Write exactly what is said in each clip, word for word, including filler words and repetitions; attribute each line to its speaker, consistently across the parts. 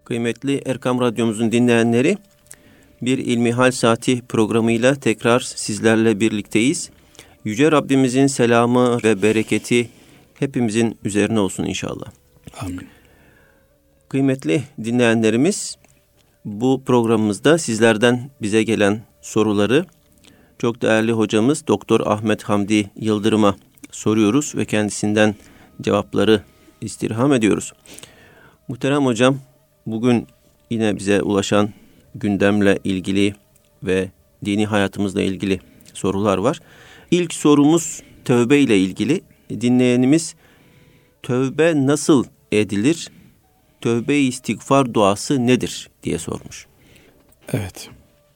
Speaker 1: Kıymetli Erkam Radyomuzun dinleyenleri, bir İlmihal Saati programıyla tekrar sizlerle birlikteyiz. Yüce Rabbimizin selamı ve bereketi hepimizin üzerine olsun inşallah.
Speaker 2: Amin.
Speaker 1: Kıymetli dinleyenlerimiz, bu programımızda sizlerden bize gelen soruları çok değerli hocamız Doktor Ahmet Hamdi Yıldırım'a soruyoruz ve kendisinden cevapları istirham ediyoruz. Muhterem hocam, bugün yine bize ulaşan gündemle ilgili ve dini hayatımızla ilgili sorular var. İlk sorumuz tövbe ile ilgili. Dinleyenimiz tövbe nasıl edilir? Tövbe-i istiğfar duası nedir diye sormuş.
Speaker 2: Evet.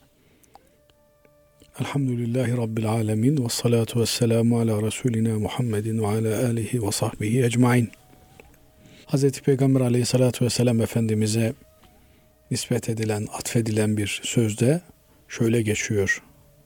Speaker 2: Elhamdülillahi Rabbil alemin ve salatu ve selamu ala Resulina Muhammedin ve ala alihi ve sahbihi ecmain. Hazreti Peygamber aleyhissalatu vesselam Efendimiz'e nispet edilen, atfedilen bir sözde şöyle geçiyor.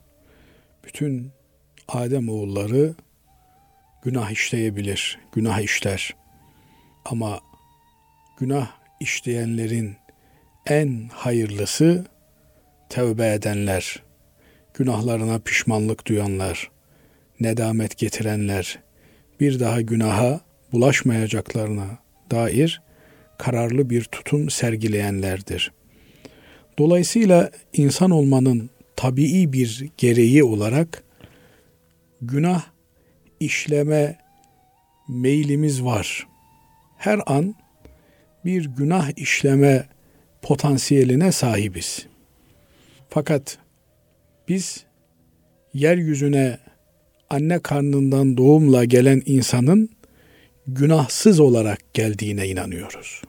Speaker 2: Bütün Adem oğulları günah işleyebilir, günah işler. Ama günah işleyenlerin en hayırlısı tevbe edenler, günahlarına pişmanlık duyanlar, nedamet getirenler, bir daha günaha bulaşmayacaklarına dair kararlı bir tutum sergileyenlerdir. Dolayısıyla insan olmanın tabii bir gereği olarak günah işleme meylimiz var. Her an bir günah işleme potansiyeline sahibiz. Fakat biz yeryüzüne anne karnından doğumla gelen insanın günahsız olarak geldiğine inanıyoruz.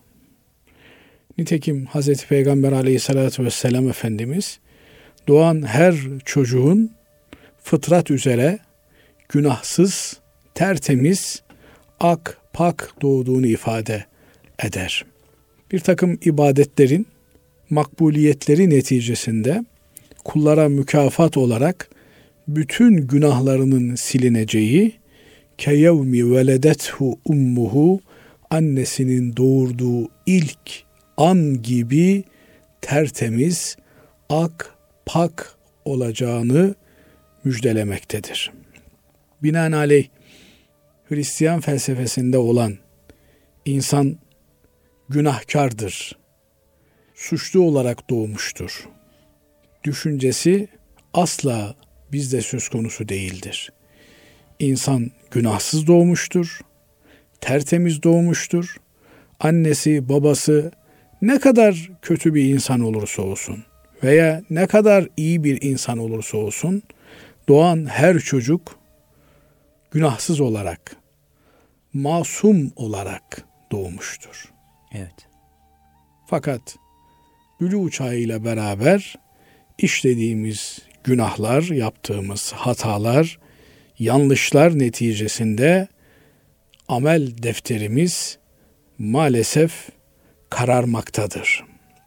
Speaker 2: Nitekim Hazreti Peygamber aleyhissalatü vesselam Efendimiz doğan her çocuğun fıtrat üzere günahsız, tertemiz, ak, pak doğduğunu ifade eder. Bir takım ibadetlerin makbuliyetleri neticesinde kullara mükafat olarak bütün günahlarının silineceği, keyevmi veledethu ummuhu, annesinin doğurduğu ilk an gibi tertemiz, ak, pak olacağını müjdelemektedir. Binaenaleyh Hristiyan felsefesinde olan insan günahkardır, suçlu olarak doğmuştur düşüncesi asla bizde söz konusu değildir. İnsan günahsız doğmuştur, tertemiz doğmuştur. Annesi, babası ne kadar kötü bir insan olursa olsun veya ne kadar iyi bir insan olursa olsun, doğan her çocuk günahsız olarak, masum olarak doğmuştur.
Speaker 1: Evet.
Speaker 2: Fakat bülûğ çağıyla beraber işlediğimiz günahlar, yaptığımız hatalar, yanlışlar neticesinde amel defterimiz maalesef kararmaktadır.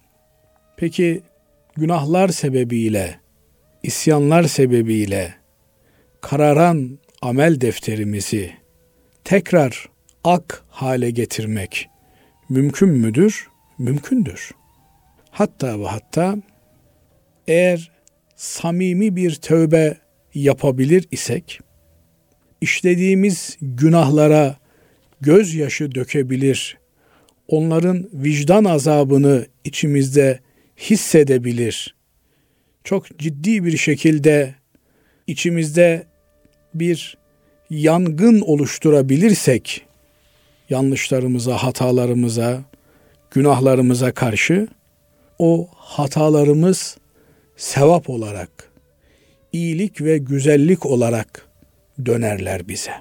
Speaker 2: Peki günahlar sebebiyle, isyanlar sebebiyle kararan amel defterimizi tekrar ak hale getirmek mümkün müdür? Mümkündür. Hatta ve hatta eğer samimi bir tövbe yapabilir isek, işlediğimiz günahlara gözyaşı dökebilir, onların vicdan azabını içimizde hissedebilir, çok ciddi bir şekilde içimizde bir yangın oluşturabilirsek, yanlışlarımıza, hatalarımıza, günahlarımıza karşı, o hatalarımız sevap olarak, iyilik ve güzellik olarak dönerler bize.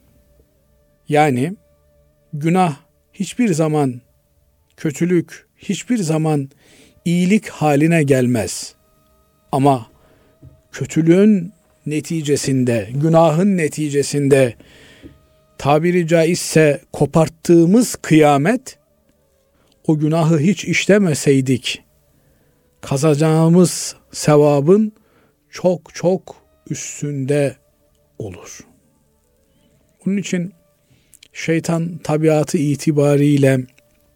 Speaker 2: Yani günah hiçbir zaman kötülük, hiçbir zaman iyilik haline gelmez. Ama kötülüğün neticesinde, günahın neticesinde tabiri caizse koparttığımız kıyamet, o günahı hiç işlemeseydik kazanacağımız sevabın çok çok üstünde olur. Onun için şeytan tabiatı itibariyle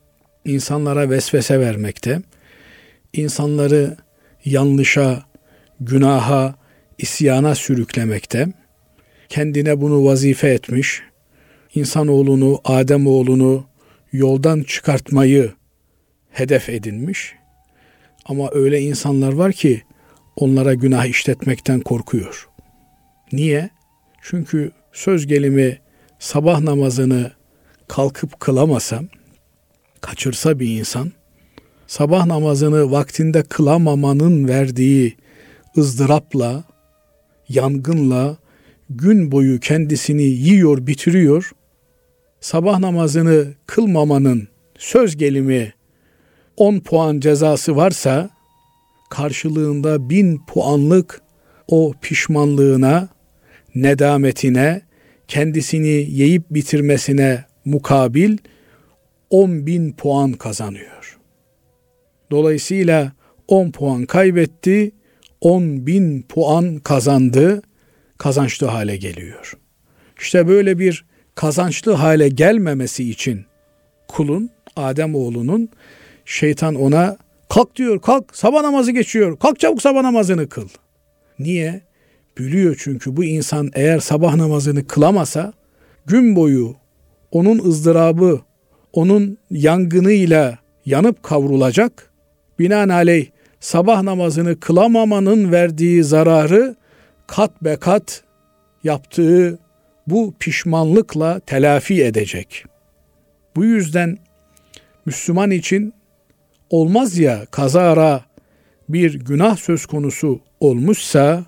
Speaker 2: insanlara vesvese vermekte, insanları yanlışa, günaha, isyana sürüklemekte, kendine bunu vazife etmiş, insanoğlunu, Ademoğlunu yoldan çıkartmayı hedef edinmiş. Ama öyle insanlar var ki onlara günah işletmekten korkuyor. Niye? Çünkü söz gelimi sabah namazını kalkıp kılamasa, kaçırsa bir insan, sabah namazını vaktinde kılamamanın verdiği ızdırapla, yangınla gün boyu kendisini yiyor, bitiriyor. Sabah namazını kılmamanın söz gelimi on puan cezası varsa, karşılığında bin puanlık o pişmanlığına, nedametine, kendisini yiyip bitirmesine mukabil on bin puan kazanıyor. Dolayısıyla on puan kaybetti, on bin puan kazandı, kazançlı hale geliyor. İşte böyle bir kazançlı hale gelmemesi için kulun, Ademoğlunun, şeytan ona kalk diyor, kalk sabah namazı geçiyor, kalk çabuk sabah namazını kıl. Niye? Biliyor çünkü bu insan eğer sabah namazını kılamasa gün boyu onun ızdırabı, onun yangınıyla yanıp kavrulacak. Binaenaleyh sabah namazını kılamamanın verdiği zararı kat be kat yaptığı bu pişmanlıkla telafi edecek. Bu yüzden Müslüman için olmaz ya, kazara bir günah söz konusu olmuşsa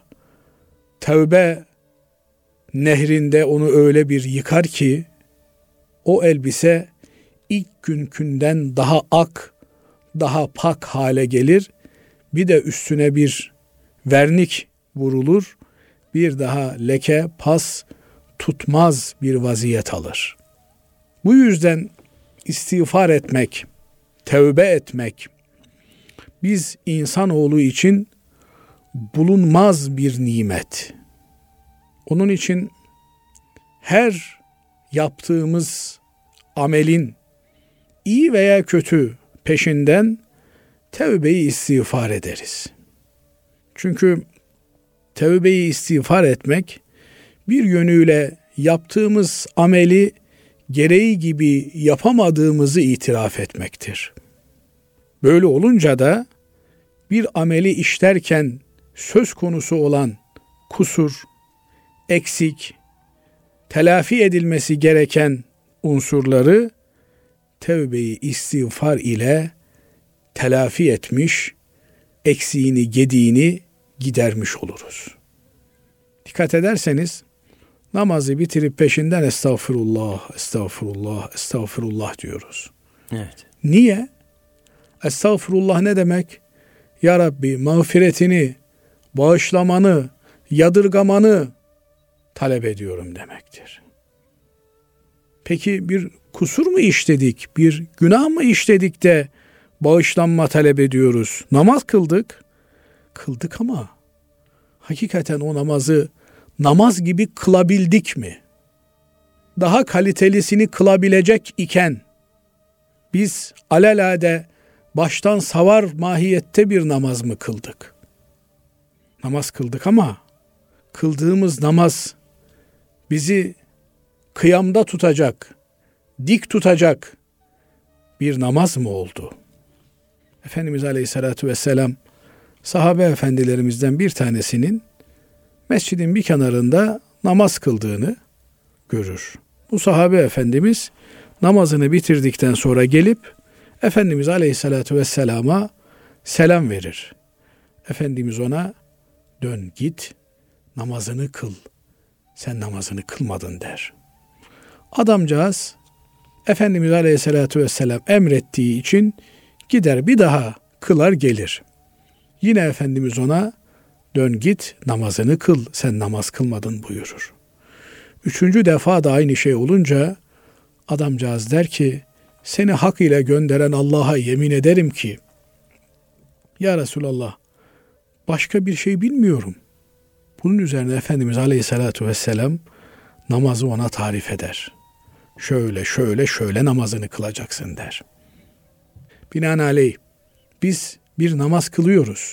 Speaker 2: tevbe nehrinde onu öyle bir yıkar ki o elbise ilk günkünden daha ak, daha pak hale gelir. Bir de üstüne bir vernik vurulur. Bir daha leke, pas tutmaz bir vaziyet alır. Bu yüzden istiğfar etmek, tevbe etmek biz insanoğlu için bulunmaz bir nimet. Onun için her yaptığımız amelin iyi veya kötü peşinden tevbe-i istiğfar ederiz. Çünkü tevbe-i istiğfar etmek bir yönüyle yaptığımız ameli gereği gibi yapamadığımızı itiraf etmektir. Böyle olunca da bir ameli işlerken söz konusu olan kusur, eksik, telafi edilmesi gereken unsurları tevbe-i istiğfar ile telafi etmiş, eksiğini, gediğini gidermiş oluruz. Dikkat ederseniz namazı bitirip peşinden estağfurullah, estağfurullah, estağfurullah diyoruz.
Speaker 1: Evet.
Speaker 2: Niye? Estağfurullah ne demek? Ya Rabbi mağfiretini, bağışlamanı, yadırgamanı talep ediyorum demektir. Peki bir kusur mu işledik, bir günah mı işledik de bağışlanma talep ediyoruz? Namaz kıldık, kıldık ama hakikaten o namazı namaz gibi kılabildik mi? Daha kalitelisini kılabilecek iken biz alelade baştan savar mahiyette bir namaz mı kıldık? Namaz kıldık ama kıldığımız namaz bizi kıyamda tutacak, dik tutacak bir namaz mı oldu? Efendimiz Aleyhisselatü Vesselam sahabe efendilerimizden bir tanesinin mescidin bir kenarında namaz kıldığını görür. Bu sahabe efendimiz namazını bitirdikten sonra gelip Efendimiz Aleyhisselatü Vesselam'a selam verir. Efendimiz ona dön git namazını kıl. Sen namazını kılmadın der. Adamcağız Efendimiz Aleyhisselatü Vesselam emrettiği için gider bir daha kılar gelir. Yine Efendimiz ona dön git namazını kıl, sen namaz kılmadın buyurur. Üçüncü defa da aynı şey olunca adamcağız der ki seni hak ile gönderen Allah'a yemin ederim ki ya Resulallah başka bir şey bilmiyorum. Bunun üzerine Efendimiz Aleyhisselatü Vesselam namazı ona tarif eder. Şöyle şöyle şöyle namazını kılacaksın der. Binaenaleyh biz bir namaz kılıyoruz.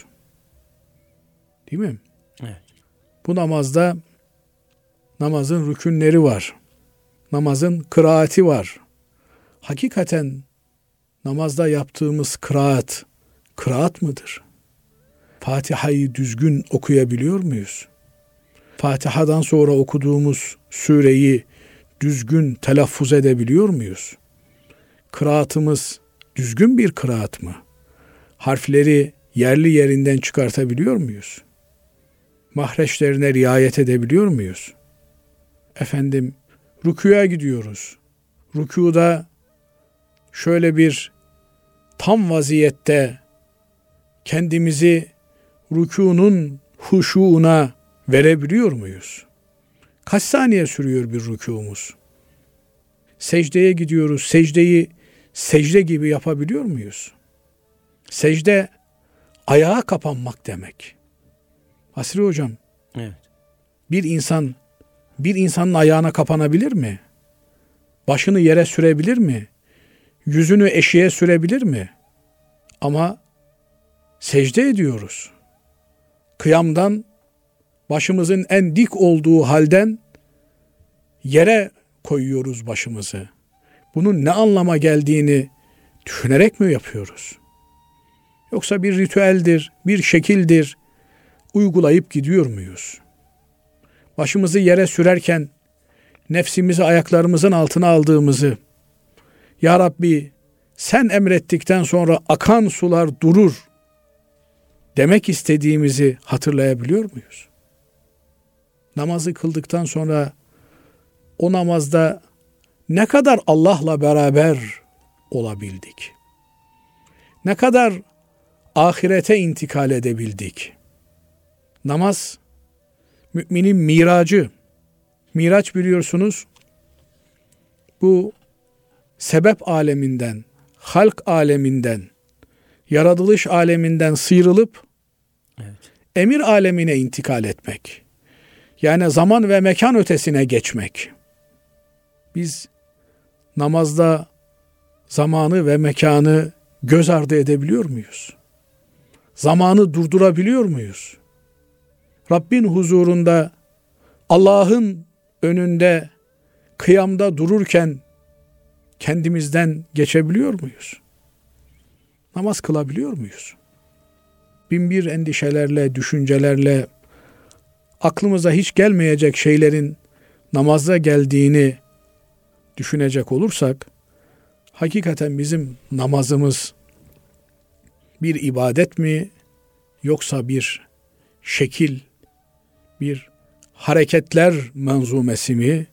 Speaker 2: Değil mi?
Speaker 1: Evet.
Speaker 2: Bu namazda namazın rükünleri var. Namazın kıraati var. Hakikaten namazda yaptığımız kıraat, kıraat mıdır? Fatiha'yı düzgün okuyabiliyor muyuz? Fatiha'dan sonra okuduğumuz sureyi düzgün telaffuz edebiliyor muyuz? Kıraatımız düzgün bir kıraat mı? Harfleri yerli yerinden çıkartabiliyor muyuz? Mahreçlerine riayet edebiliyor muyuz? Efendim, rükûya gidiyoruz. Rükûda şöyle bir tam vaziyette kendimizi rükûnun huşuğuna verebiliyor muyuz? Kaç saniye sürüyor bir rükûmuz? Secdeye gidiyoruz. Secdeyi secde gibi yapabiliyor muyuz? Secde ayağa kapanmak demek. Basri hocam,
Speaker 1: evet.
Speaker 2: bir insan bir insanın ayağına kapanabilir mi? Başını yere sürebilir mi? Yüzünü eşiğe sürebilir mi? Ama secde ediyoruz. Kıyamdan, başımızın en dik olduğu halden yere koyuyoruz başımızı. Bunun ne anlama geldiğini düşünerek mi yapıyoruz? Yoksa bir ritüeldir, bir şekildir, uygulayıp gidiyor muyuz? Başımızı yere sürerken nefsimizi ayaklarımızın altına aldığımızı, Ya Rabbi sen emrettikten sonra akan sular durur demek istediğimizi hatırlayabiliyor muyuz? Namazı kıldıktan sonra o namazda ne kadar Allah'la beraber olabildik? Ne kadar ahirete intikal edebildik? Namaz, müminin miracı. Miraç biliyorsunuz, bu sebep aleminden, halk aleminden, yaratılış aleminden sıyrılıp evet. emir alemine intikal etmek. Yani zaman ve mekan ötesine geçmek. Biz namazda zamanı ve mekanı göz ardı edebiliyor muyuz? Zamanı durdurabiliyor muyuz? Rabbin huzurunda, Allah'ın önünde, kıyamda dururken kendimizden geçebiliyor muyuz? Namaz kılabiliyor muyuz? Bin bir endişelerle, düşüncelerle, aklımıza hiç gelmeyecek şeylerin namazda geldiğini düşünecek olursak, hakikaten bizim namazımız bir ibadet mi, yoksa bir şekil, bir hareketler manzumesi mi?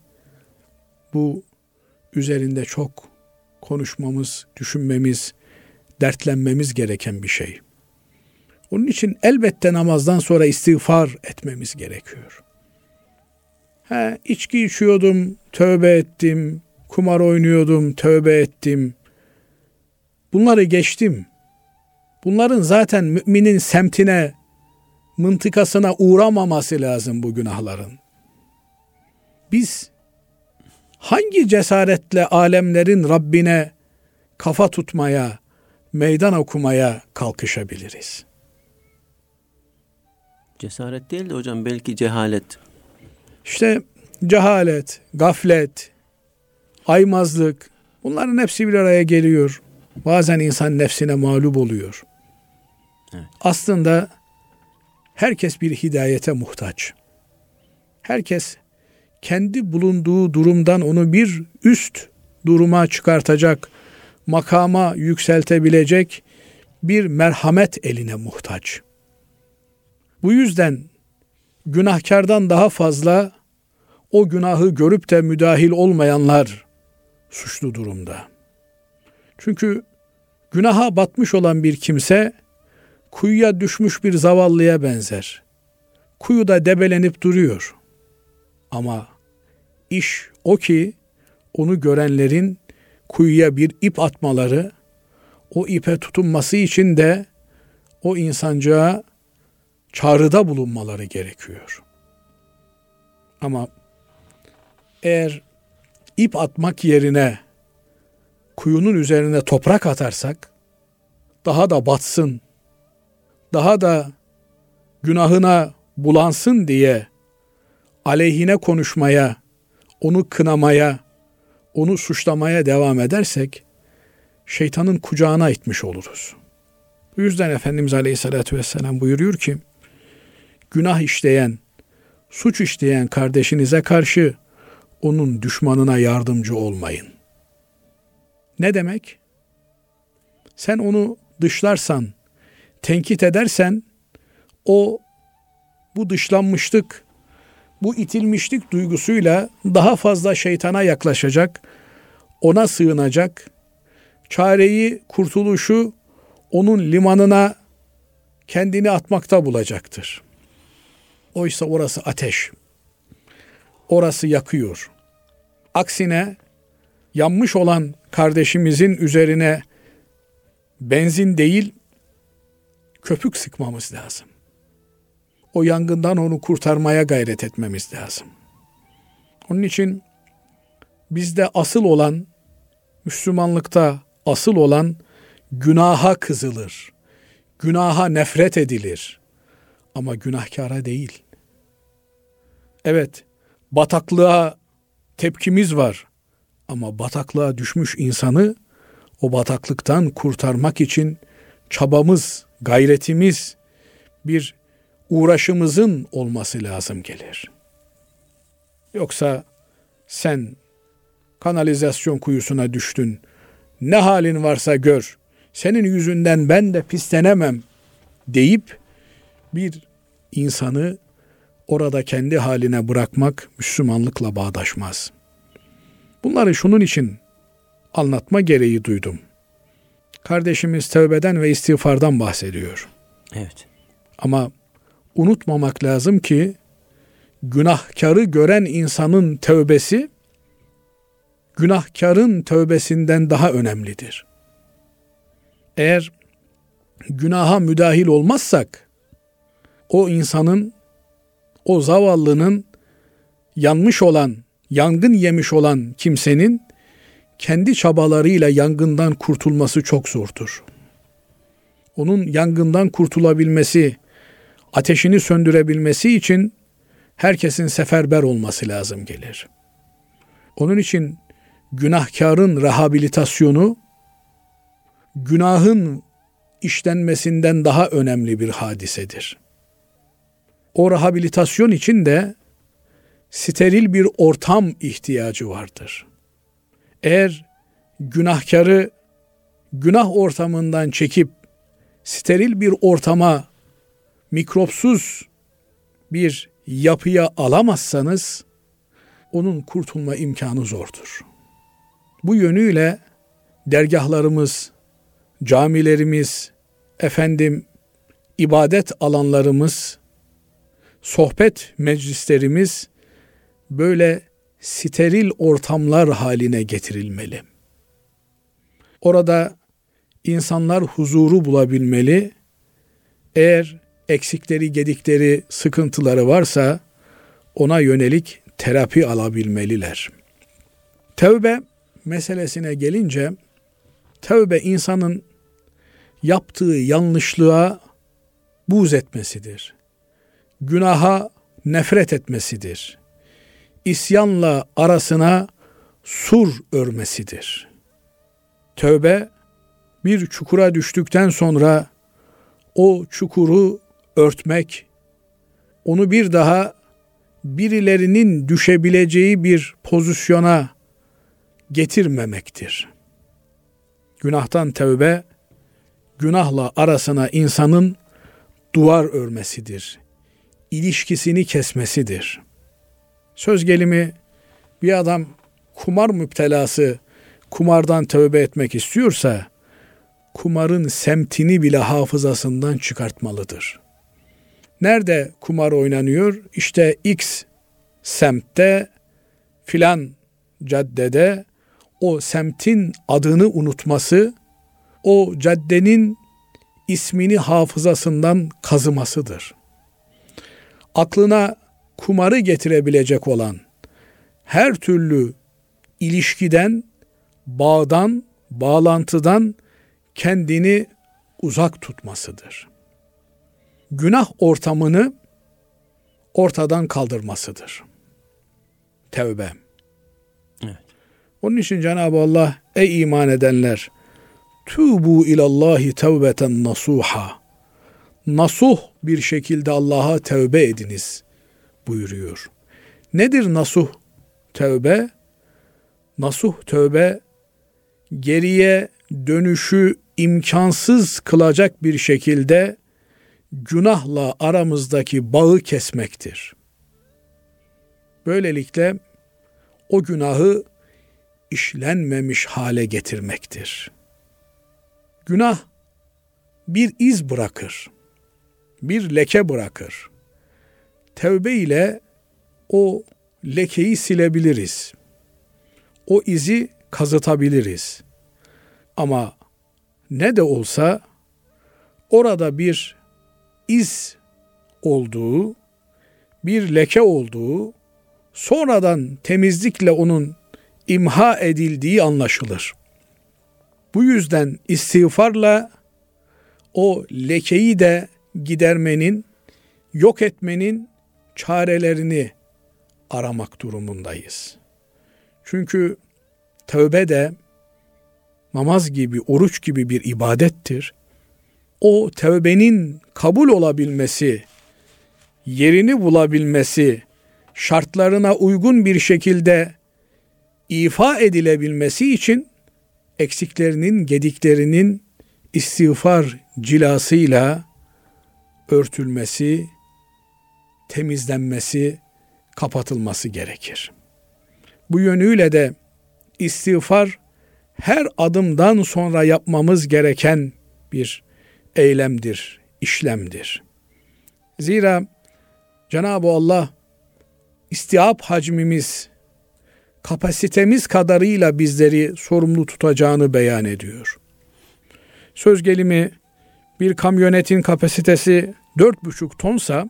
Speaker 2: Bu üzerinde çok konuşmamız, düşünmemiz, dertlenmemiz gereken bir şey. Onun için elbette namazdan sonra istiğfar etmemiz gerekiyor. He, içki içiyordum, tövbe ettim, kumar oynuyordum, tövbe ettim. Bunları geçtim. Bunların zaten müminin semtine, mıntıkasına uğramaması lazım bu günahların. Biz hangi cesaretle alemlerin Rabbine kafa tutmaya, meydan okumaya kalkışabiliriz?
Speaker 1: Cesaret değil de hocam, belki cehalet.
Speaker 2: İşte cehalet, gaflet, aymazlık, bunların hepsi bir araya geliyor. Bazen insan nefsine mağlup oluyor. Evet. Aslında herkes bir hidayete muhtaç. Herkes kendi bulunduğu durumdan onu bir üst duruma çıkartacak, makama yükseltebilecek bir merhamet eline muhtaç. Bu yüzden günahkardan daha fazla o günahı görüp de müdahil olmayanlar suçlu durumda. Çünkü günaha batmış olan bir kimse kuyuya düşmüş bir zavallıya benzer. Kuyuda debelenip duruyor. Ama iş o ki onu görenlerin kuyuya bir ip atmaları, o ipe tutunması için de o insancığa çağrıda bulunmaları gerekiyor. Ama eğer ip atmak yerine kuyunun üzerine toprak atarsak, daha da batsın, daha da günahına bulansın diye aleyhine konuşmaya, onu kınamaya, onu suçlamaya devam edersek şeytanın kucağına itmiş oluruz. Bu yüzden Efendimiz Aleyhisselatü Vesselam buyuruyor ki, günah işleyen, suç işleyen kardeşinize karşı onun düşmanına yardımcı olmayın. Ne demek? Sen onu dışlarsan, tenkit edersen, o bu dışlanmışlık, bu itilmişlik duygusuyla daha fazla şeytana yaklaşacak, ona sığınacak, çareyi, kurtuluşu onun limanına kendini atmakta bulacaktır. Oysa orası ateş, orası yakıyor. Aksine yanmış olan kardeşimizin üzerine benzin değil, köpük sıkmamız lazım. O yangından onu kurtarmaya gayret etmemiz lazım. Onun için bizde asıl olan, Müslümanlıkta asıl olan günaha kızılır. Günaha nefret edilir. Ama günahkara değil. Evet, bataklığa tepkimiz var. Ama bataklığa düşmüş insanı o bataklıktan kurtarmak için çabamız, gayretimiz, bir uğraşımızın olması lazım gelir. Yoksa sen kanalizasyon kuyusuna düştün, ne halin varsa gör, senin yüzünden ben de pislenemem deyip bir insanı orada kendi haline bırakmak Müslümanlıkla bağdaşmaz. Bunları şunun için anlatma gereği duydum. Kardeşimiz tövbeden ve istiğfardan bahsediyor.
Speaker 1: Evet.
Speaker 2: Ama unutmamak lazım ki günahkarı gören insanın tövbesi günahkarın tövbesinden daha önemlidir. Eğer günaha müdahil olmazsak o insanın, o zavallının yanmış olan, yangın yemiş olan kimsenin kendi çabalarıyla yangından kurtulması çok zordur. Onun yangından kurtulabilmesi, ateşini söndürebilmesi için herkesin seferber olması lazım gelir. Onun için günahkarın rehabilitasyonu, günahın işlenmesinden daha önemli bir hadisedir. O rehabilitasyon için de steril bir ortam ihtiyacı vardır. Eğer günahkarı günah ortamından çekip steril bir ortama, mikropsuz bir yapıya alamazsanız onun kurtulma imkanı zordur. Bu yönüyle dergahlarımız, camilerimiz, efendim ibadet alanlarımız, sohbet meclislerimiz böyle steril ortamlar haline getirilmeli. Orada insanlar huzuru bulabilmeli. Eğer eksikleri, gedikleri, sıkıntıları varsa ona yönelik terapi alabilmeliler. Tevbe meselesine gelince, tevbe insanın yaptığı yanlışlığa buğz etmesidir. Günaha nefret etmesidir. İsyanla arasına sur örmesidir. Tövbe bir çukura düştükten sonra o çukuru örtmek, onu bir daha birilerinin düşebileceği bir pozisyona getirmemektir. Günahtan tövbe, günahla arasına insanın duvar örmesidir. İlişkisini kesmesidir. Söz gelimi bir adam kumar müptelası kumardan tövbe etmek istiyorsa, kumarın semtini bile hafızasından çıkartmalıdır. Nerede kumar oynanıyor? İşte X semtte, filan caddede, o semtin adını unutması, o caddenin ismini hafızasından kazımasıdır. Aklına kumarı getirebilecek olan her türlü ilişkiden, bağdan, bağlantıdan kendini uzak tutmasıdır. Günah ortamını ortadan kaldırmasıdır. Tevbe.
Speaker 1: Evet.
Speaker 2: Onun için Cenab-ı Allah, ey iman edenler, Tubu ilallahi tevbeten nasuha. Nasuh bir şekilde Allah'a tevbe ediniz buyuruyor. Nedir nasuh tevbe? Nasuh tevbe, geriye dönüşü imkansız kılacak bir şekilde günahla aramızdaki bağı kesmektir. Böylelikle o günahı işlenmemiş hale getirmektir. Günah bir iz bırakır, bir leke bırakır. Tevbe ile o lekeyi silebiliriz. O izi kazıtabiliriz. Ama ne de olsa orada bir iz olduğu, bir leke olduğu, sonradan temizlikle onun imha edildiği anlaşılır. Bu yüzden istiğfarla o lekeyi de gidermenin, yok etmenin çarelerini aramak durumundayız. Çünkü tövbe de namaz gibi, oruç gibi bir ibadettir. O tövbenin kabul olabilmesi, yerini bulabilmesi, şartlarına uygun bir şekilde ifa edilebilmesi için eksiklerinin, gediklerinin istiğfar cilasıyla örtülmesi, temizlenmesi, kapatılması gerekir. Bu yönüyle de istiğfar her adımdan sonra yapmamız gereken bir eylemdir, işlemdir. Zira Cenab-ı Allah istiab hacmimiz, kapasitemiz kadarıyla bizleri sorumlu tutacağını beyan ediyor. Söz gelimi bir kamyonetin kapasitesi dört buçuk tonsa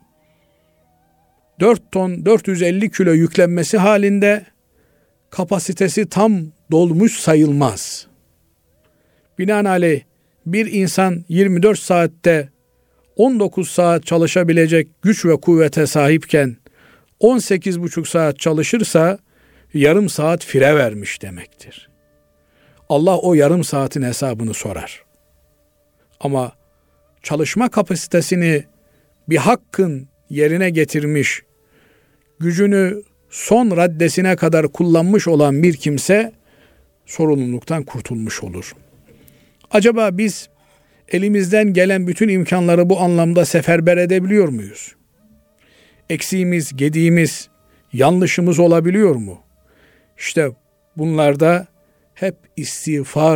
Speaker 2: dört ton dört yüz elli kilo yüklenmesi halinde kapasitesi tam dolmuş sayılmaz. Binaenaleyh bir insan yirmi dört saatte on dokuz saat çalışabilecek güç ve kuvvete sahipken on sekiz buçuk saat çalışırsa yarım saat fire vermiş demektir. Allah o yarım saatin hesabını sorar. Ama çalışma kapasitesini bir hakkın yerine getirmiş, gücünü son raddesine kadar kullanmış olan bir kimse sorumluluktan kurtulmuş olur. Acaba biz elimizden gelen bütün imkanları bu anlamda seferber edebiliyor muyuz? Eksiğimiz, gediğimiz, yanlışımız olabiliyor mu? İşte bunlarda hep istiğfar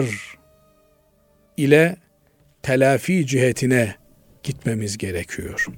Speaker 2: ile telafi cihetine gitmemiz gerekiyor.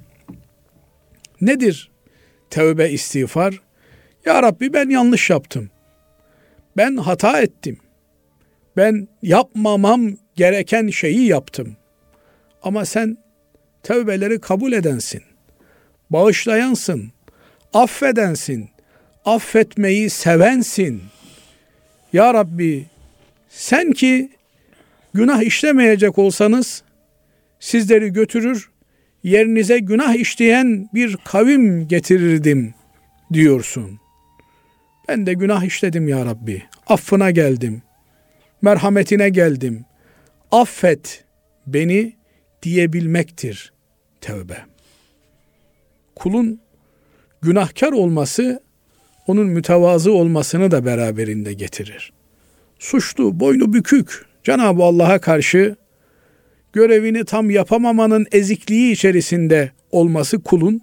Speaker 2: Nedir tevbe, istiğfar? Ya Rabbi, ben yanlış yaptım. Ben hata ettim. Ben yapmamam gereken şeyi yaptım. Ama sen tevbeleri kabul edensin. Bağışlayansın. Affedensin. Affetmeyi sevensin. Ya Rabbi, sen ki günah işlemeyecek olsanız sizleri götürür, yerinize günah işleyen bir kavim getirirdim diyorsun. Ben de günah işledim ya Rabbi. Affına geldim. Merhametine geldim. Affet beni diyebilmektir tevbe. Kulun günahkar olması onun mütevazı olmasını da beraberinde getirir. Suçlu, boynu bükük, Cenab-ı Allah'a karşı görevini tam yapamamanın ezikliği içerisinde olması kulun,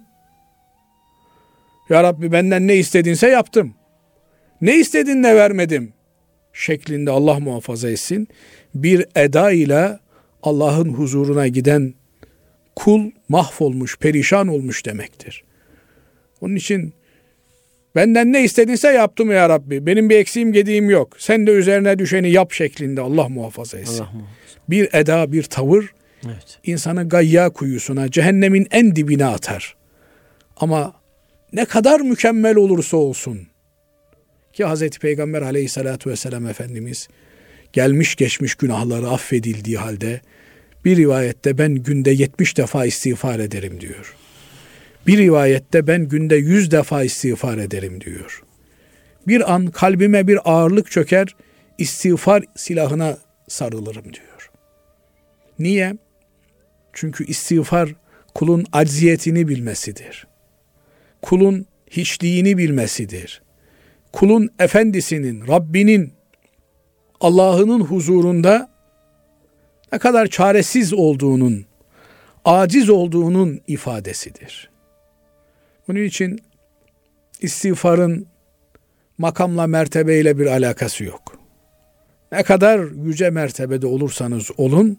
Speaker 2: Ya Rabbi benden ne istedinse yaptım, ne istedin de vermedim şeklinde, Allah muhafaza etsin, bir eda ile Allah'ın huzuruna giden kul mahvolmuş, perişan olmuş demektir. Onun için benden ne istedinse yaptım ya Rabbi, benim bir eksiğim gediğim yok, sen de üzerine düşeni yap şeklinde Allah muhafaza etsin. Allah muhafaza. Bir eda, bir tavır, evet, insanı gayya kuyusuna, cehennemin en dibine atar. Ama ne kadar mükemmel olursa olsun, ki Hazreti Peygamber aleyhissalatu vesselam Efendimiz gelmiş geçmiş günahları affedildiği halde Bir rivayette ben günde yetmiş defa istiğfar ederim diyor. Bir rivayette ben günde yüz defa istiğfar ederim diyor. Bir an kalbime bir ağırlık çöker, istiğfar silahına sarılırım diyor. Niye? Çünkü istiğfar kulun acziyetini bilmesidir. Kulun hiçliğini bilmesidir. Kulun efendisinin, Rabbinin, Allah'ının huzurunda ne kadar çaresiz olduğunun, aciz olduğunun ifadesidir. Bunun için istiğfarın makamla, mertebeyle bir alakası yok. Ne kadar yüce mertebede olursanız olun,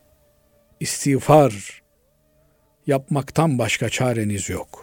Speaker 2: istiğfar yapmaktan başka çareniz yok.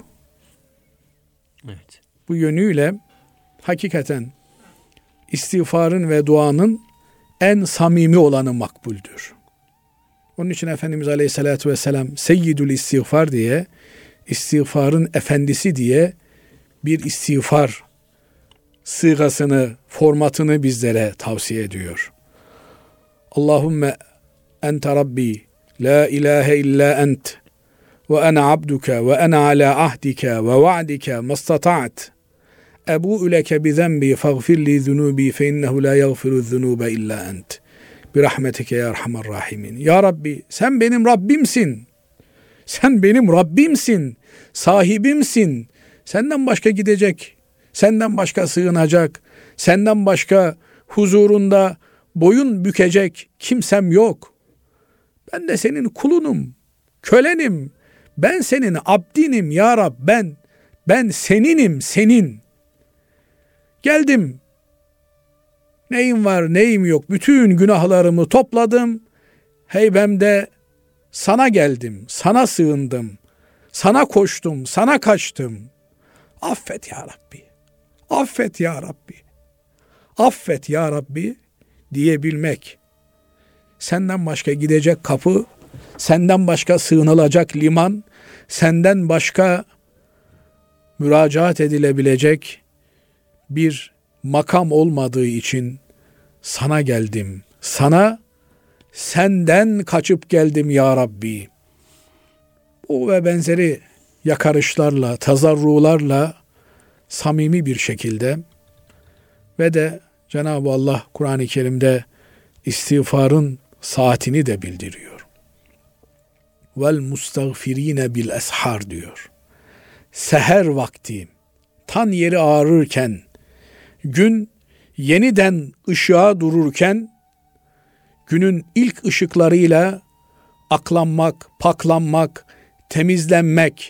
Speaker 1: Evet.
Speaker 2: Bu yönüyle hakikaten istiğfarın ve duanın en samimi olanı makbuldür. Onun için Efendimiz Aleyhisselatü Vesselam Seyyidül İstiğfar diye, istiğfarın efendisi diye bir istiğfar sığgasını, formatını bizlere tavsiye ediyor. Allahümme ente Rabbi, la ilahe illa ent, ve ana abduke, ve ana ala ahdike, ve va'dike, mastata'at. Ebu'u leke bi zenbi, faghfirli zunubi, fe innehu la yaghfiru zunube illa ent. Bir rahmetike ya erhamer rahimin. Ya Rabbi, sen benim Rabbimsin. Sen benim Rabbimsin. Sahibimsin. Senden başka gidecek, senden başka sığınacak, senden başka huzurunda boyun bükecek kimsem yok. Ben de senin kulunum, kölenim. Ben senin abdinim ya Rab. Ben, ben seninim, senin. Geldim. Neyim var, neyim yok. Bütün günahlarımı topladım. Heybemde sana geldim, sana sığındım. Sana koştum, sana kaçtım. Affet ya Rabbi. Affet ya Rabbi. Affet ya Rabbi diyebilmek. Senden başka gidecek kapı, senden başka sığınılacak liman, senden başka müracaat edilebilecek bir makam olmadığı için sana geldim. Sana, senden kaçıp geldim ya Rabbi. O ve benzeri yakarışlarla, tazarrularla samimi bir şekilde ve de Cenab-ı Allah Kur'an-ı Kerim'de istiğfarın saatini de bildiriyor. Vel mustagfirine bil eshar diyor. Seher vakti, tan yeri ağrırken, gün yeniden ışığa dururken, günün ilk ışıklarıyla aklanmak, paklanmak, temizlenmek,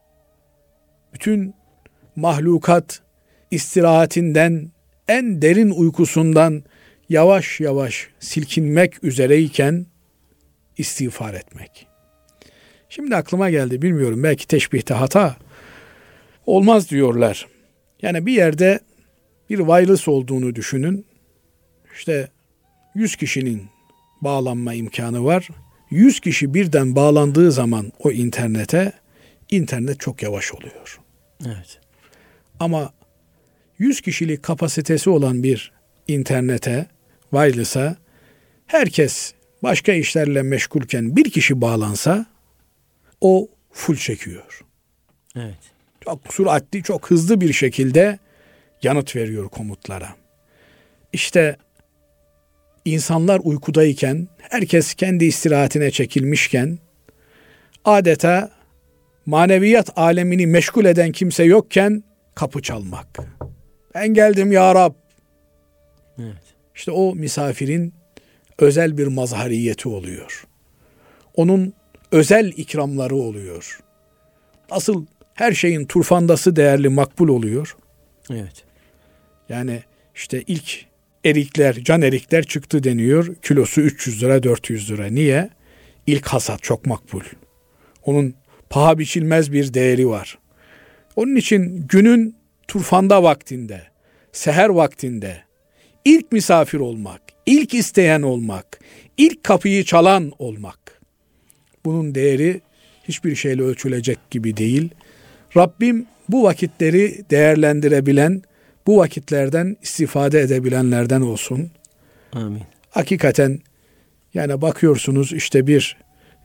Speaker 2: bütün mahlukat istirahatinden, en derin uykusundan yavaş yavaş silkinmek üzereyken istiğfar etmek. Şimdi aklıma geldi, bilmiyorum, belki teşbihte hata olmaz diyorlar. Yani bir yerde bir virüs olduğunu düşünün. İşte yüz kişinin bağlanma imkanı var. yüz kişi birden bağlandığı zaman o internete, internet çok yavaş oluyor.
Speaker 1: Evet.
Speaker 2: Ama yüz kişilik kapasitesi olan bir internete, wireless'a herkes başka işlerle meşgulken bir kişi bağlansa o full çekiyor.
Speaker 1: Evet.
Speaker 2: Çok süratli, çok hızlı bir şekilde yanıt veriyor komutlara. İşte insanlar uykudayken, herkes kendi istirahatine çekilmişken, adeta maneviyat alemini meşgul eden kimse yokken kapı çalmak. Ben geldim ya Rab.
Speaker 1: Evet.
Speaker 2: İşte o misafirin özel bir mazhariyeti oluyor. Onun özel ikramları oluyor. Asıl her şeyin turfandası değerli, makbul oluyor.
Speaker 1: Evet.
Speaker 2: Yani işte ilk erikler, can erikler çıktı deniyor. Kilosu üç yüz lira, dört yüz lira. Niye? İlk hasat çok makbul. Onun paha biçilmez bir değeri var. Onun için günün turfanda vaktinde, seher vaktinde ilk misafir olmak, ilk isteyen olmak, ilk kapıyı çalan olmak. Bunun değeri hiçbir şeyle ölçülecek gibi değil. Rabbim bu vakitleri değerlendirebilen, bu vakitlerden istifade edebilenlerden olsun.
Speaker 1: Amin.
Speaker 2: Hakikaten yani bakıyorsunuz işte bir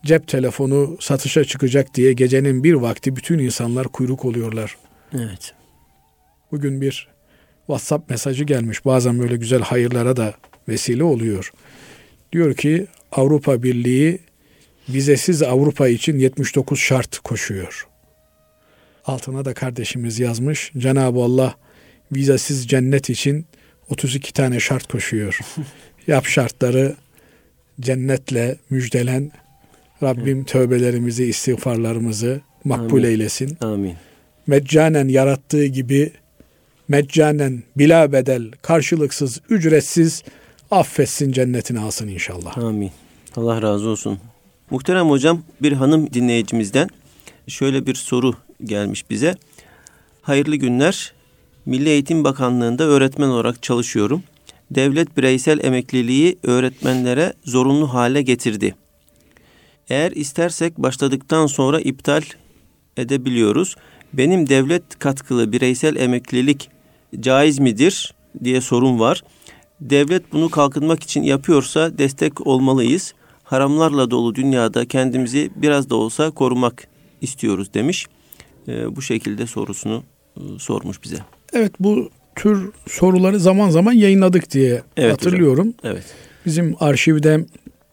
Speaker 2: cep telefonu satışa çıkacak diye gecenin bir vakti bütün insanlar kuyruk oluyorlar.
Speaker 1: Evet.
Speaker 2: Bugün bir WhatsApp mesajı gelmiş. Bazen böyle güzel hayırlara da vesile oluyor. Diyor ki Avrupa Birliği vizesiz Avrupa için yetmiş dokuz şart koşuyor. Altına da kardeşimiz yazmış. Cenab-ı Allah vizesiz cennet için otuz iki tane şart koşuyor. Yap şartları cennetle müjdelen. Rabbim tövbelerimizi, istiğfarlarımızı makbul
Speaker 1: Amin.
Speaker 2: eylesin.
Speaker 1: Amin.
Speaker 2: Meccanen yarattığı gibi meccanen bila bedel, karşılıksız, ücretsiz affetsin, cennetini alsın inşallah.
Speaker 1: Amin. Allah razı olsun. Muhterem hocam, bir hanım dinleyicimizden şöyle bir soru gelmiş bize. Hayırlı günler. Milli Eğitim Bakanlığı'nda öğretmen olarak çalışıyorum. Devlet bireysel emekliliği öğretmenlere zorunlu hale getirdi. Eğer istersek başladıktan sonra iptal edebiliyoruz. Benim devlet katkılı bireysel emeklilik caiz midir diye sorum var. Devlet bunu kalkınmak için yapıyorsa destek olmalıyız. Haramlarla dolu dünyada kendimizi biraz da olsa korumak istiyoruz demiş. Ee, bu şekilde sorusunu e, sormuş bize.
Speaker 2: Evet, bu tür soruları zaman zaman yayınladık diye
Speaker 1: Evet,
Speaker 2: hatırlıyorum.
Speaker 1: hocam. Evet.
Speaker 2: Bizim arşivde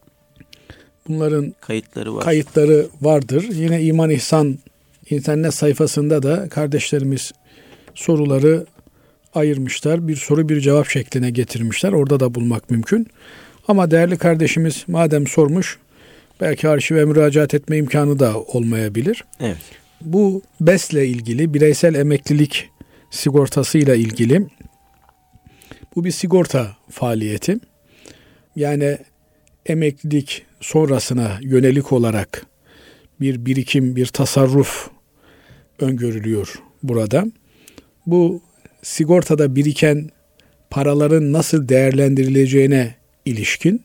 Speaker 2: bunların
Speaker 1: Kayıtları var.
Speaker 2: Kayıtları vardır. Yine İman İhsan internet sayfasında da kardeşlerimiz soruları ayırmışlar. Bir soru bir cevap şekline getirmişler. Orada da bulmak mümkün. Ama değerli kardeşimiz madem sormuş, belki arşive müracaat etme imkanı da olmayabilir.
Speaker 1: Evet.
Speaker 2: Bu B E S'le ilgili, bireysel emeklilik sigortasıyla ilgili, bu bir sigorta faaliyeti. Yani emeklilik sonrasına yönelik olarak bir birikim, bir tasarruf öngörülüyor burada. Bu sigortada biriken paraların nasıl değerlendirileceğine ilişkin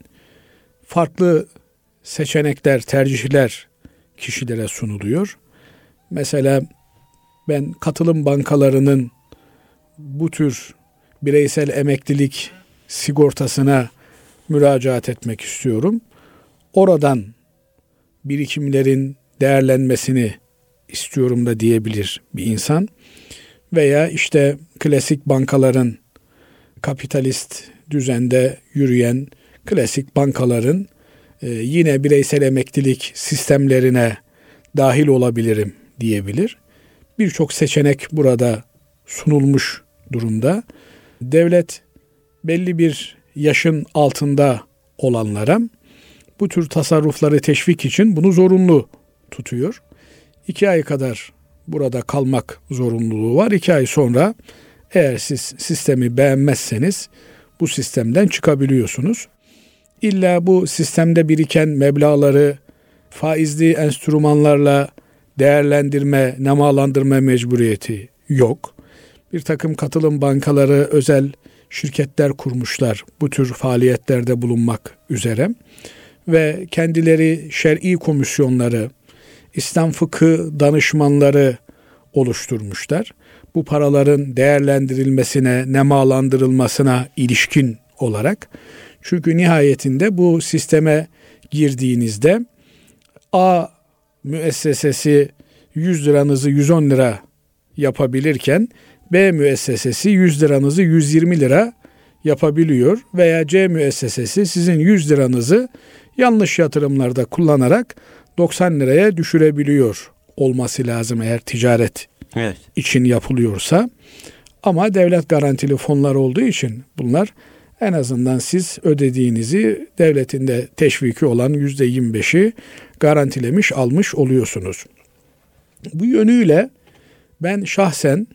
Speaker 2: farklı seçenekler, tercihler kişilere sunuluyor. Mesela ben katılım bankalarının bu tür bireysel emeklilik sigortasına müracaat etmek istiyorum. Oradan birikimlerin değerlenmesini istiyorum da diyebilir bir insan. Veya işte klasik bankaların, kapitalist düzende yürüyen klasik bankaların e, yine bireysel emeklilik sistemlerine dahil olabilirim diyebilir. Birçok seçenek burada sunulmuş durumda. Devlet belli bir yaşın altında olanlara bu tür tasarrufları teşvik için bunu zorunlu tutuyor. İki ay kadar burada kalmak zorunluluğu var. İki ay sonra eğer siz sistemi beğenmezseniz bu sistemden çıkabiliyorsunuz. İlla bu sistemde biriken meblağları faizli enstrümanlarla değerlendirme, nemalandırma mecburiyeti yok. Bir takım katılım bankaları, özel şirketler kurmuşlar bu tür faaliyetlerde bulunmak üzere ve kendileri şer'i komisyonları, İslam fıkı danışmanları oluşturmuşlar. Bu paraların değerlendirilmesine, nemalandırılmasına ilişkin olarak. Çünkü nihayetinde bu sisteme girdiğinizde A müessesesi yüz liranızı yüz on lira yapabilirken B müessesesi yüz liranızı yüz yirmi lira yapabiliyor veya C müessesesi sizin yüz liranızı yanlış yatırımlarda kullanarak doksan liraya düşürebiliyor olması lazım eğer ticaret
Speaker 1: evet.
Speaker 2: için yapılıyorsa. Ama devlet garantili fonlar olduğu için bunlar en azından siz ödediğinizi devletin de teşviki olan yüzde yirmi beşi garantilemiş almış oluyorsunuz. Bu yönüyle ben şahsen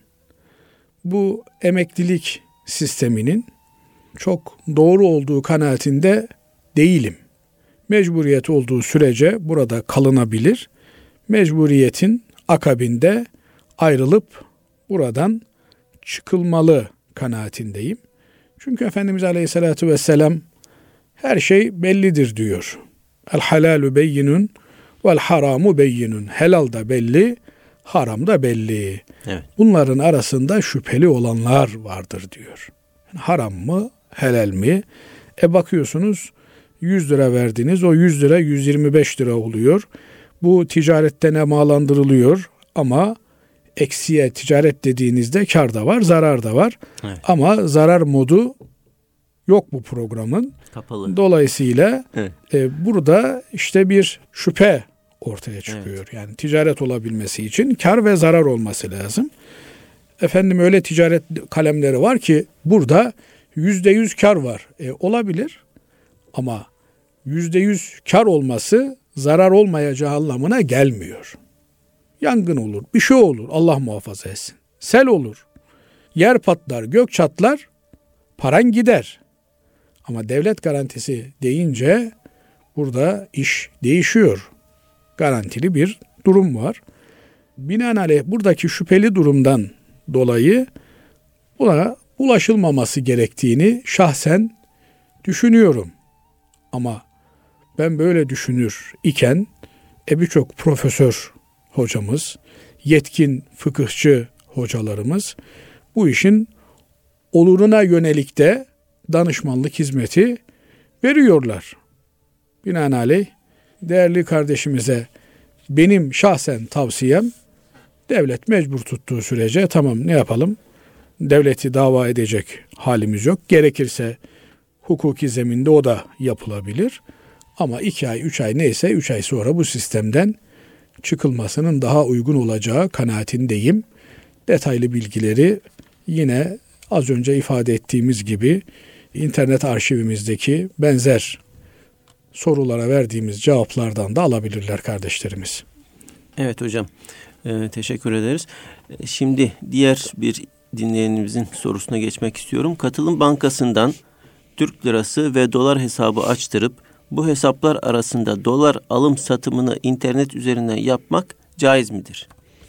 Speaker 2: bu emeklilik sisteminin çok doğru olduğu kanaatinde değilim. Mecburiyet olduğu sürece burada kalınabilir. Mecburiyetin akabinde ayrılıp buradan çıkılmalı kanaatindeyim. Çünkü Efendimiz Aleyhisselatü Vesselam her şey bellidir diyor. El halalu beyinun vel haramu beyinun. Helal da belli, haram da belli.
Speaker 1: Evet.
Speaker 2: Bunların arasında şüpheli olanlar vardır diyor. Haram mı, helal mi? E bakıyorsunuz yüz lira verdiniz. O yüz lira yüz yirmi beş lira oluyor. Bu ticarette nemalandırılıyor ama eksiye ticaret dediğinizde kar da var, zarar da var. Evet. Ama zarar modu yok bu programın. Kapalı. Dolayısıyla evet. e, burada işte bir şüphe ortaya çıkıyor. Evet. Yani ticaret olabilmesi için kar ve zarar olması lazım. Efendim öyle ticaret kalemleri var ki burada yüzde yüz kar var. E, olabilir ama yüzde yüz kar olması zarar olmayacağı anlamına gelmiyor. Yangın olur, bir şey olur, Allah muhafaza etsin. Sel olur, yer patlar, gök çatlar, paran gider. Ama devlet garantisi deyince burada iş değişiyor. Garantili bir durum var. Binaenaleyh buradaki şüpheli durumdan dolayı buna ulaşılmaması gerektiğini şahsen düşünüyorum. Ama ben böyle düşünür iken e birçok profesör hocamız, yetkin fıkıhçı hocalarımız bu işin oluruna yönelik de danışmanlık hizmeti veriyorlar. Binaenaleyh değerli kardeşimize benim şahsen tavsiyem, devlet mecbur tuttuğu sürece tamam ne yapalım? Devleti dava edecek halimiz yok. Gerekirse hukuki zeminde o da yapılabilir. Ama iki ay, üç ay neyse üç ay sonra bu sistemden çıkılmasının daha uygun olacağı kanaatindeyim. Detaylı bilgileri yine az önce ifade ettiğimiz gibi internet arşivimizdeki benzer sorulara verdiğimiz cevaplardan da alabilirler kardeşlerimiz.
Speaker 1: Evet hocam, ee, teşekkür ederiz. Şimdi diğer bir dinleyenimizin sorusuna geçmek istiyorum. Katılım Bankası'ndan Türk lirası ve dolar hesabı açtırıp bu hesaplar arasında dolar alım satımını internet üzerinden yapmak caiz midir?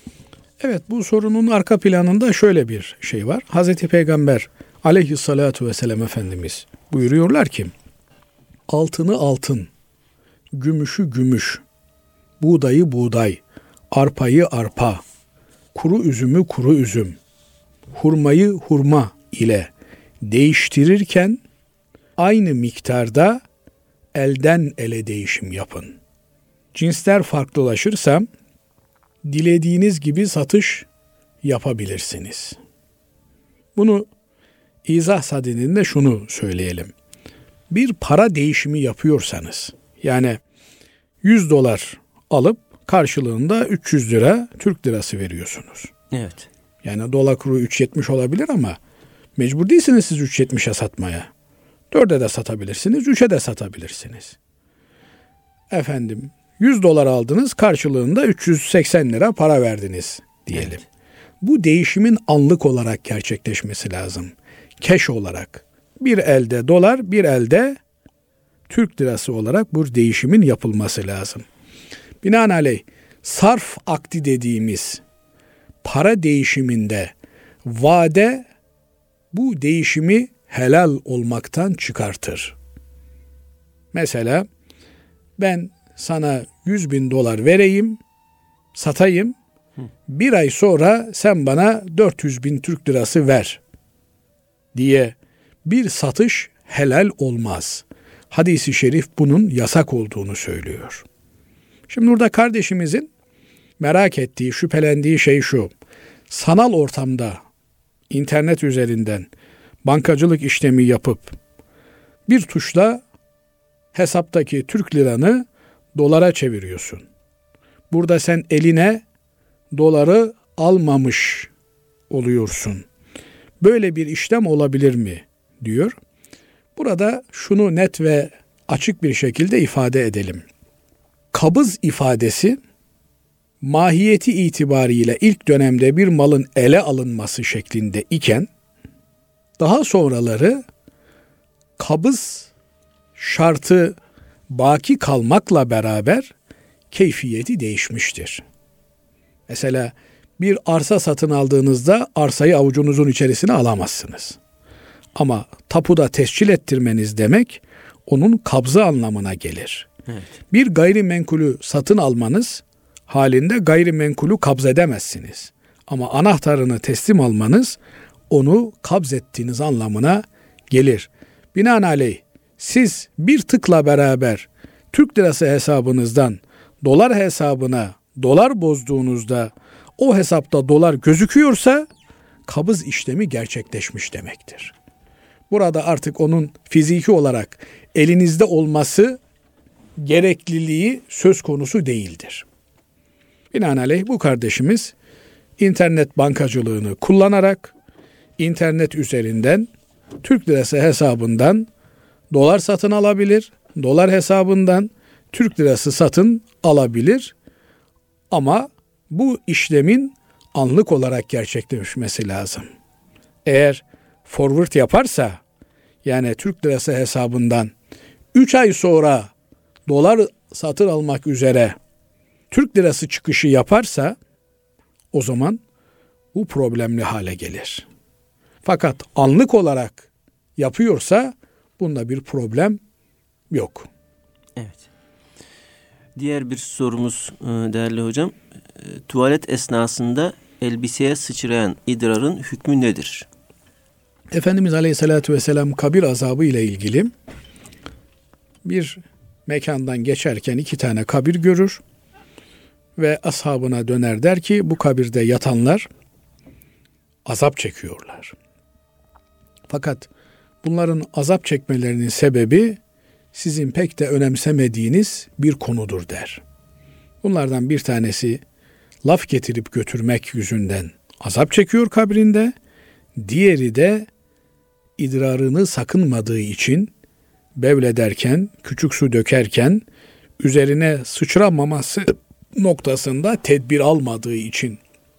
Speaker 2: Evet, bu sorunun arka planında şöyle bir şey var. Hazreti Peygamber aleyhissalatu vesselam Efendimiz buyuruyorlar ki, altını altın, gümüşü gümüş, buğdayı buğday, arpayı arpa, kuru üzümü kuru üzüm, hurmayı hurma ile değiştirirken aynı miktarda elden ele değişim yapın. Cinsler farklılaşırsa dilediğiniz gibi satış yapabilirsiniz. Bunu izah sadedinde şunu söyleyelim. Bir para değişimi yapıyorsanız, yani yüz dolar alıp karşılığında üç yüz lira Türk lirası veriyorsunuz.
Speaker 1: Evet.
Speaker 2: Yani dolar kuru üç yetmiş olabilir ama mecbur değilsiniz siz üç yetmişe satmaya. dörde de satabilirsiniz, üçe de satabilirsiniz. Efendim yüz dolar aldınız, karşılığında üç yüz seksen lira para verdiniz diyelim. Evet. Bu değişimin anlık olarak gerçekleşmesi lazım. Keş olarak. Bir elde dolar, bir elde Türk lirası olarak bu değişimin yapılması lazım. Binaenaleyh sarf akdi dediğimiz para değişiminde vade bu değişimi helal olmaktan çıkartır. Mesela ben sana yüz bin dolar vereyim, satayım, Hı. bir ay sonra sen bana dört yüz bin Türk lirası ver diye bir satış helal olmaz. Hadis-i şerif bunun yasak olduğunu söylüyor. Şimdi burada kardeşimizin merak ettiği, şüphelendiği şey şu. Sanal ortamda, internet üzerinden bankacılık işlemi yapıp bir tuşla hesaptaki Türk liranı dolara çeviriyorsun. Burada sen eline doları almamış oluyorsun. Böyle bir işlem olabilir mi diyor. Burada şunu net ve açık bir şekilde ifade edelim. Kabız ifadesi mahiyeti itibariyle ilk dönemde bir malın ele alınması şeklinde iken daha sonraları kabız şartı baki kalmakla beraber keyfiyeti değişmiştir. Mesela bir arsa satın aldığınızda arsayı avucunuzun içerisine alamazsınız. Ama tapuda tescil ettirmeniz demek onun kabzı anlamına gelir. Evet. Bir gayrimenkulü satın almanız halinde gayrimenkulü kabz edemezsiniz. Ama anahtarını teslim almanız onu kabz ettiğiniz anlamına gelir. Binaenaleyh siz bir tıkla beraber Türk lirası hesabınızdan dolar hesabına dolar bozduğunuzda o hesapta dolar gözüküyorsa kabız işlemi gerçekleşmiş demektir. Burada artık onun fiziki olarak elinizde olması gerekliliği söz konusu değildir. Binaenaleyh bu kardeşimiz internet bankacılığını kullanarak internet üzerinden Türk lirası hesabından dolar satın alabilir, dolar hesabından Türk lirası satın alabilir ama bu işlemin anlık olarak gerçekleşmesi lazım. Eğer forward yaparsa, yani Türk lirası hesabından üç ay sonra dolar satın almak üzere Türk lirası çıkışı yaparsa o zaman bu problemli hale gelir. Fakat anlık olarak yapıyorsa bunda bir problem yok.
Speaker 1: Evet. Diğer bir sorumuz değerli hocam. Tuvalet esnasında elbiseye sıçrayan idrarın hükmü nedir?
Speaker 2: Efendimiz Aleyhisselatü Vesselam kabir azabı ile ilgili bir mekandan geçerken iki tane kabir görür ve ashabına döner, der ki bu kabirde yatanlar azap çekiyorlar. Fakat bunların azap çekmelerinin sebebi sizin pek de önemsemediğiniz bir konudur der. Bunlardan bir tanesi laf getirip götürmek yüzünden azap çekiyor kabrinde. Diğeri de idrarını sakınmadığı için bevlederken, küçük su dökerken üzerine sıçramaması noktasında tedbir almadığı için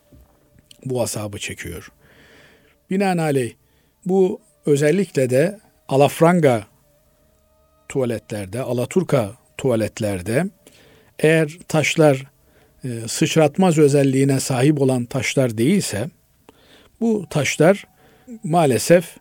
Speaker 2: bu azabı çekiyor. Binaenaleyh bu özellikle de alafranga tuvaletlerde, alaturka tuvaletlerde eğer taşlar e, sıçratmaz özelliğine sahip olan taşlar değilse bu taşlar maalesef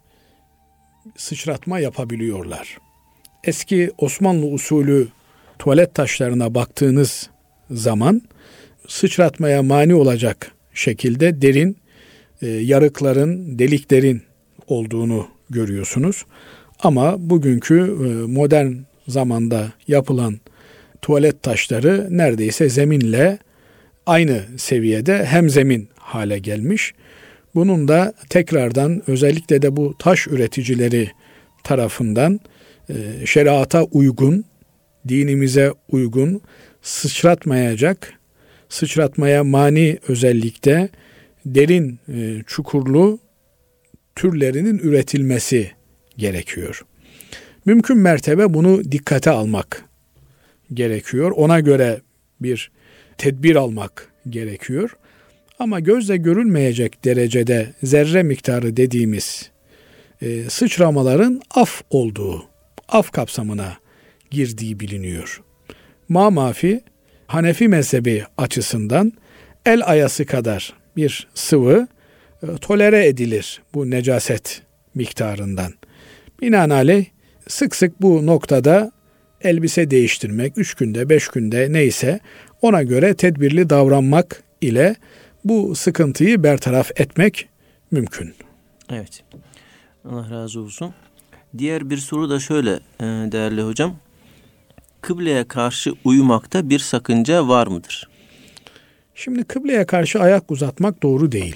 Speaker 2: sıçratma yapabiliyorlar. Eski Osmanlı usulü tuvalet taşlarına baktığınız zaman sıçratmaya mani olacak şekilde derin e, yarıkların, deliklerin olduğunu görüyorsunuz. Ama bugünkü e, modern zamanda yapılan tuvalet taşları neredeyse zeminle aynı seviyede hemzemin hale gelmiş. Bunun da tekrardan özellikle de bu taş üreticileri tarafından e, şeriata uygun, dinimize uygun, sıçratmayacak, sıçratmaya mani özellikle derin e, çukurlu türlerinin üretilmesi gerekiyor. Mümkün mertebe bunu dikkate almak gerekiyor. Ona göre bir tedbir almak gerekiyor. Ama gözle görülmeyecek derecede zerre miktarı dediğimiz e, sıçramaların af olduğu, af kapsamına girdiği biliniyor. Mamafi Hanefi mezhebi açısından el ayası kadar bir sıvı e, tolere edilir bu necaset miktarından. Binaenaleyh sık sık bu noktada elbise değiştirmek, üç günde, beş günde neyse ona göre tedbirli davranmak ile bu sıkıntıyı bertaraf etmek mümkün.
Speaker 1: Evet. Allah razı olsun. Diğer bir soru da şöyle değerli hocam. Kıbleye karşı uyumakta bir sakınca var mıdır?
Speaker 2: Şimdi kıbleye karşı ayak uzatmak doğru değil.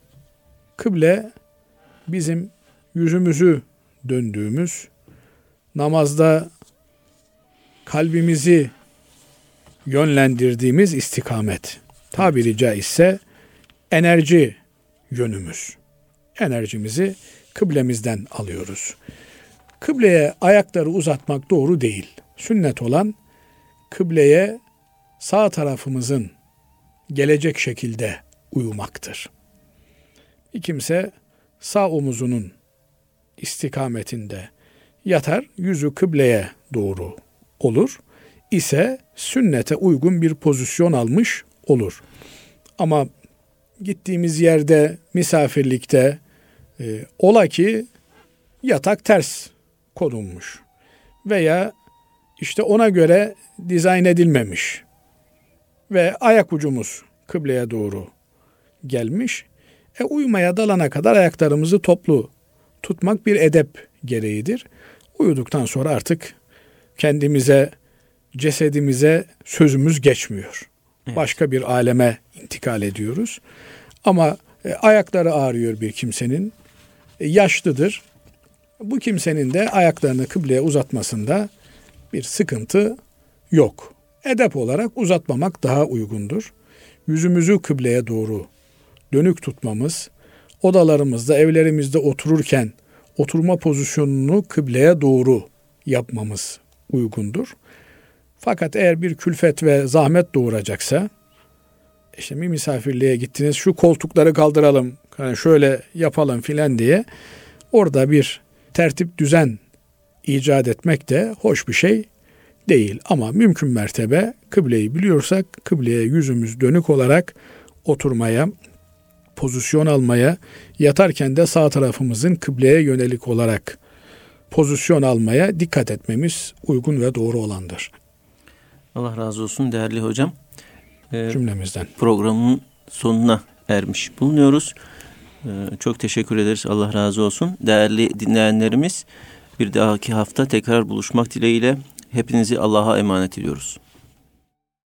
Speaker 2: Kıble bizim yüzümüzü döndüğümüz, namazda kalbimizi yönlendirdiğimiz istikamet. Tabiri caizse enerji yönümüz. Enerjimizi kıblemizden alıyoruz. Kıbleye ayakları uzatmak doğru değil. Sünnet olan kıbleye sağ tarafımızın gelecek şekilde uyumaktır. Bir kimse sağ omuzunun istikametinde yatar, yüzü kıbleye doğru olur ise sünnete uygun bir pozisyon almış olur. Ama gittiğimiz yerde, misafirlikte e, ola ki yatak ters konulmuş veya işte ona göre dizayn edilmemiş ve ayak ucumuz kıbleye doğru gelmiş. E, uyumaya dalana kadar ayaklarımızı toplu tutmak bir edep gereğidir. Uyuduktan sonra artık kendimize, cesedimize sözümüz geçmiyor.
Speaker 1: Evet.
Speaker 2: Başka bir aleme intikal ediyoruz. Ama e, ayakları ağrıyor bir kimsenin, e, yaşlıdır. Bu kimsenin de ayaklarını kıbleye uzatmasında bir sıkıntı yok. Edep olarak uzatmamak daha uygundur. Yüzümüzü kıbleye doğru dönük tutmamız, odalarımızda, evlerimizde otururken oturma pozisyonunu kıbleye doğru yapmamız uygundur. Fakat eğer bir külfet ve zahmet doğuracaksa, işte bir misafirliğe gittiniz, şu koltukları kaldıralım, yani şöyle yapalım filan diye orada bir tertip düzen icat etmek de hoş bir şey değil. Ama mümkün mertebe kıbleyi biliyorsak kıbleye yüzümüz dönük olarak oturmaya, pozisyon almaya, yatarken de sağ tarafımızın kıbleye yönelik olarak pozisyon almaya dikkat etmemiz uygun ve doğru olandır.
Speaker 1: Allah razı olsun değerli hocam. Ee,
Speaker 2: Cümlemizden.
Speaker 1: Programın sonuna ermiş bulunuyoruz. Ee, çok teşekkür ederiz. Allah razı olsun. Değerli dinleyenlerimiz, bir dahaki hafta tekrar buluşmak dileğiyle hepinizi Allah'a emanet ediyoruz.